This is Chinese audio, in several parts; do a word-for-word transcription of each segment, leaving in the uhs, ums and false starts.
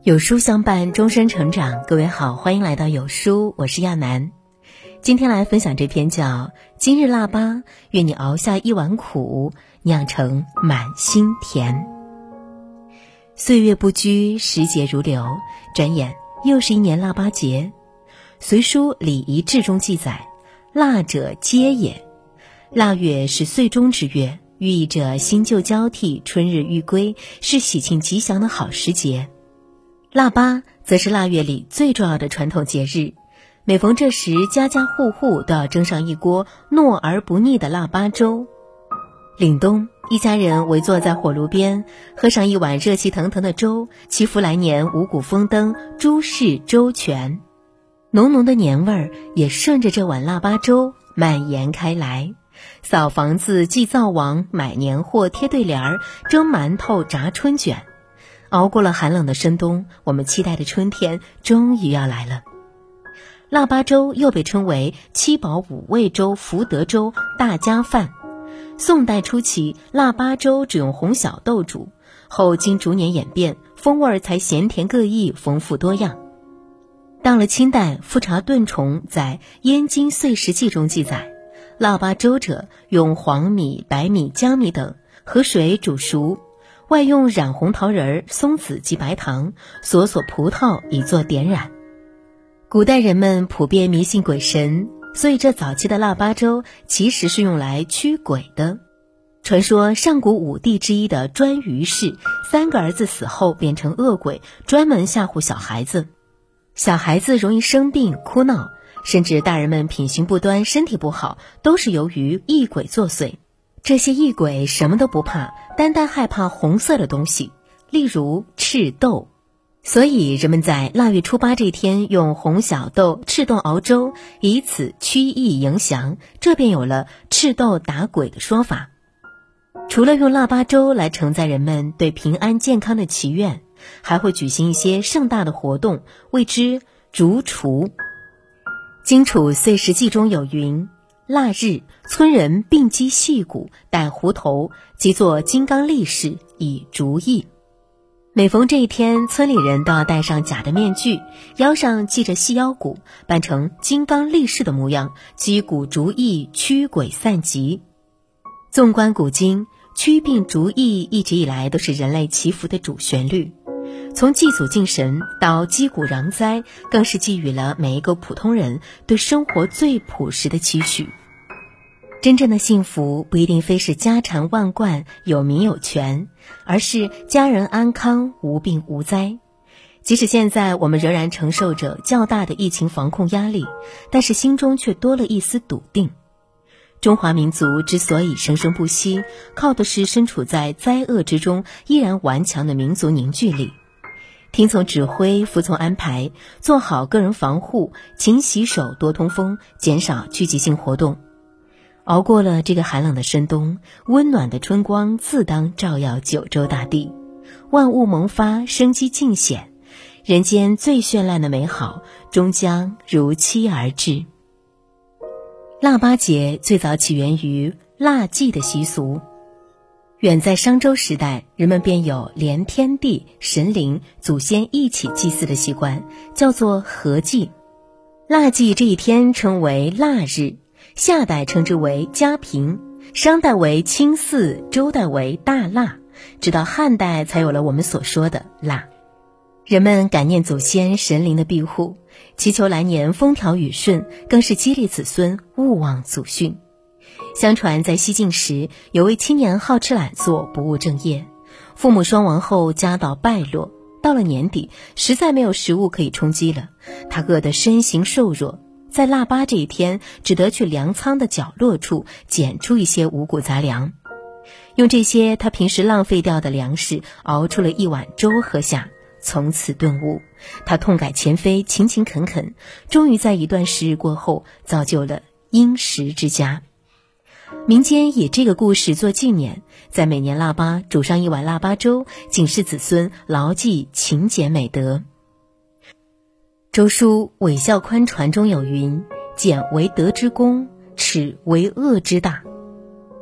有书相伴，终身成长。各位好，欢迎来到有书，我是亚楠。今天来分享这篇叫《今日腊八》，愿你熬下一碗苦，酿成满心甜。岁月不居，时节如流，转眼又是一年腊八节。隋书《礼仪志》中记载，腊者皆也。腊月是岁中之月，寓意着新旧交替，春日欲归，是喜庆吉祥的好时节。腊八则是腊月里最重要的传统节日，每逢这时，家家户户都要蒸上一锅糯而不腻的腊八粥。凛冬，一家人围坐在火炉边，喝上一碗热气腾腾的粥，祈福来年五谷丰登，诸事周全。浓浓的年味儿也顺着这碗腊八粥蔓延开来。扫房子、祭灶王、买年货、贴对联儿、蒸馒头、炸春卷。熬过了寒冷的深冬，我们期待的春天终于要来了。腊八粥又被称为七宝五味粥、福德粥、大家饭。宋代初期，腊八粥只用红小豆煮，后经逐年演变，风味才咸甜各异，丰富多样。到了清代，富察顿崇在《燕京岁时记》中记载，腊八粥者，用黄米、白米、江米等和水煮熟，外用染红桃仁、松子及白糖，索索葡萄以作点染。古代人们普遍迷信鬼神，所以这早期的腊八粥其实是用来驱鬼的。传说上古五帝之一的颛臾氏，三个儿子死后变成恶鬼，专门吓唬小孩子。小孩子容易生病哭闹，甚至大人们品行不端身体不好，都是由于异鬼作祟。这些异鬼什么都不怕，单单害怕红色的东西，例如赤豆。所以人们在腊月初八这天用红小豆、赤豆熬粥，以此驱疫迎祥，这便有了赤豆打鬼的说法。除了用腊八粥来承载人们对平安健康的祈愿，还会举行一些盛大的活动，谓之烛除。荆楚岁时记中有云，腊日，村人并击细骨，戴胡头，即作金刚力士，以逐疫。每逢这一天，村里人都要戴上假的面具，腰上系着细腰鼓，扮成金刚力士的模样，击鼓逐疫，驱鬼散疾。纵观古今，驱病逐疫一直以来都是人类祈福的主旋律。从祭祖敬神到击鼓攘灾，更是寄予了每一个普通人对生活最朴实的期许。真正的幸福不一定非是家产万贯、有名有权，而是家人安康、无病无灾。即使现在我们仍然承受着较大的疫情防控压力，但是心中却多了一丝笃定。中华民族之所以生生不息，靠的是身处在灾厄之中依然顽强的民族凝聚力。听从指挥，服从安排，做好个人防护，勤洗手，多通风，减少聚集性活动。熬过了这个寒冷的深冬，温暖的春光自当照耀九州大地，万物萌发，生机尽显，人间最绚烂的美好终将如期而至。腊八节最早起源于腊祭的习俗。远在商周时代，人们便有连天地、神灵、祖先一起祭祀的习惯，叫做合祭。腊祭这一天称为腊日，夏代称之为嘉平，商代为清祀，周代为大腊，直到汉代才有了我们所说的腊。人们感念祖先神灵的庇护，祈求来年风调雨顺，更是激励子孙勿忘祖训。相传在西晋时，有位青年好吃懒做，不务正业，父母双亡后家道败落，到了年底实在没有食物可以充饥了，他饿得身形瘦弱，在腊八这一天只得去粮仓的角落处捡出一些五谷杂粮，用这些他平时浪费掉的粮食熬出了一碗粥喝下，从此顿悟，他痛改前非，勤勤恳恳，终于在一段时日过后造就了殷实之家。民间以这个故事做纪念，在每年腊八煮上一碗腊八粥，警示子孙牢记勤俭美德。周书《韦孝宽传》中有云，俭为德之功，耻为恶之大。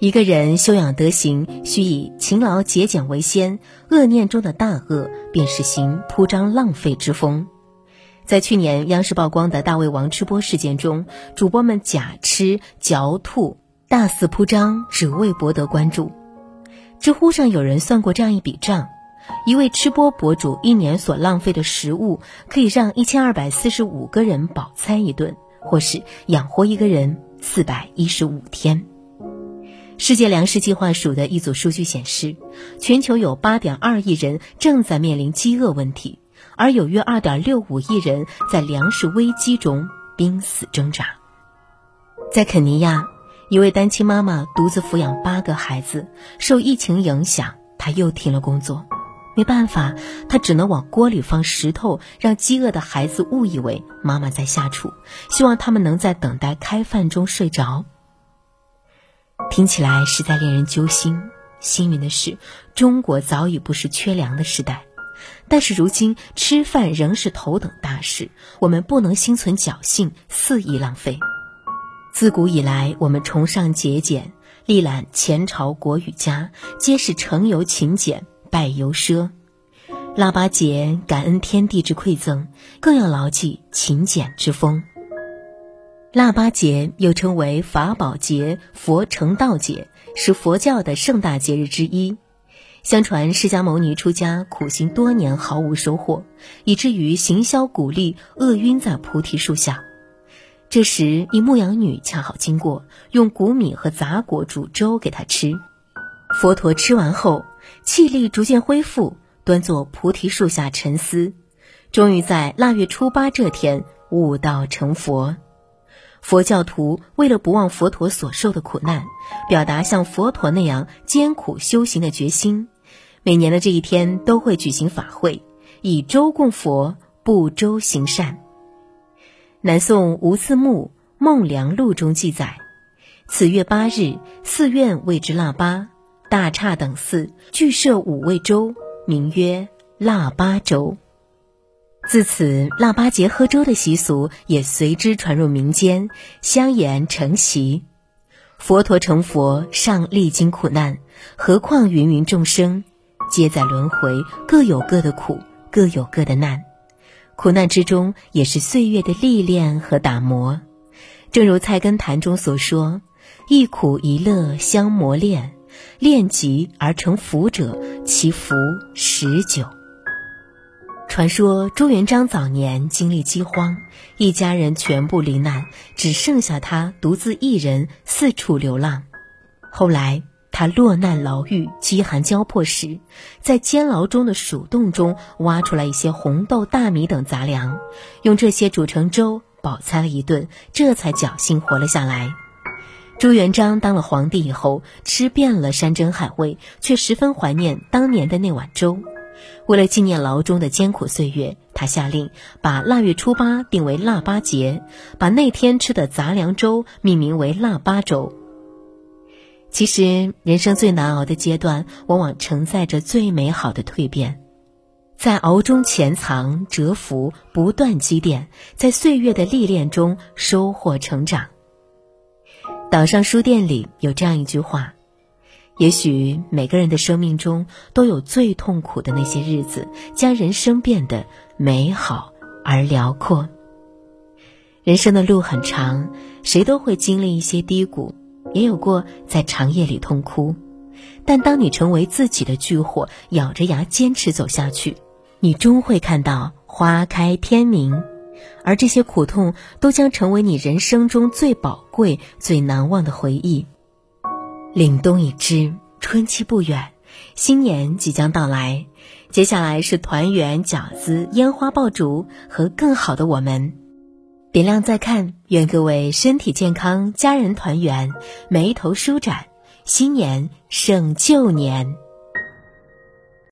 一个人修养德行，须以勤劳节俭为先，恶念中的大恶便是行铺张浪费之风。在去年央视曝光的大胃王吃播事件中，主播们假吃嚼吐，大肆铺张，只为博得关注。知乎上有人算过这样一笔账，一位吃播博主一年所浪费的食物，可以让一千二百四十五个人饱餐一顿，或是养活一个人四百一十五天。世界粮食计划署的一组数据显示，全球有 八点二亿人正在面临饥饿问题，而有约 二点六五亿人在粮食危机中濒死挣扎。在肯尼亚，一位单亲妈妈独自抚养八个孩子，受疫情影响，她又停了工作。没办法，她只能往锅里放石头，让饥饿的孩子误以为妈妈在下厨，希望他们能在等待开饭中睡着。听起来实在令人揪心。幸运的是，中国早已不是缺粮的时代，但是如今吃饭仍是头等大事，我们不能心存侥幸，肆意浪费。自古以来，我们崇尚节俭，历览前朝国语家，皆是诚由勤俭，败由奢。腊八节感恩天地之馈赠，更要牢记勤俭之风。腊八节又称为法宝节、佛成道节，是佛教的盛大节日之一。相传释迦牟尼出家苦行多年，毫无收获，以至于行销鼓励饿晕在菩提树下。这时一牧羊女恰好经过，用谷米和杂果煮粥给他吃。佛陀吃完后，气力逐渐恢复，端坐菩提树下沉思，终于在腊月初八这天悟道成佛。佛教徒为了不忘佛陀所受的苦难，表达像佛陀那样艰苦修行的决心，每年的这一天都会举行法会，以粥供佛，布粥行善。南宋吴思穆《孟良录》中记载，此月八日，寺院谓之腊八，大刹等寺俱设五味粥，名曰腊八粥。自此，腊八节喝粥的习俗也随之传入民间，相沿成习。佛陀成佛尚历经苦难，何况芸芸众生，皆在轮回，各有各的苦，各有各的难。苦难之中也是岁月的历练和打磨。正如菜根谭中所说，一苦一乐相磨练，练极而成福者，其福十久。传说朱元璋早年经历饥荒，一家人全部罹难，只剩下他独自一人四处流浪。后来他落难牢狱，饥寒交迫时，在监牢中的鼠洞中挖出来一些红豆、大米等杂粮，用这些煮成粥，饱餐了一顿，这才侥幸活了下来。朱元璋当了皇帝以后，吃遍了山珍海味，却十分怀念当年的那碗粥。为了纪念牢中的艰苦岁月，他下令把腊月初八定为腊八节，把那天吃的杂粮粥命名为腊八粥。其实人生最难熬的阶段，往往承载着最美好的蜕变，在熬中潜藏蛰伏，不断积淀，在岁月的历练中收获成长。岛上书店里有这样一句话，也许每个人的生命中都有最痛苦的那些日子，将人生变得美好而辽阔。人生的路很长，谁都会经历一些低谷，也有过在长夜里痛哭，但当你成为自己的炬火，咬着牙坚持走下去，你终会看到花开天明，而这些苦痛都将成为你人生中最宝贵、最难忘的回忆。凛冬已至，春期不远，新年即将到来，接下来是团圆、饺子、烟花爆竹和更好的我们。点亮再看，愿各位身体健康，家人团圆，眉头舒展，新年胜旧年。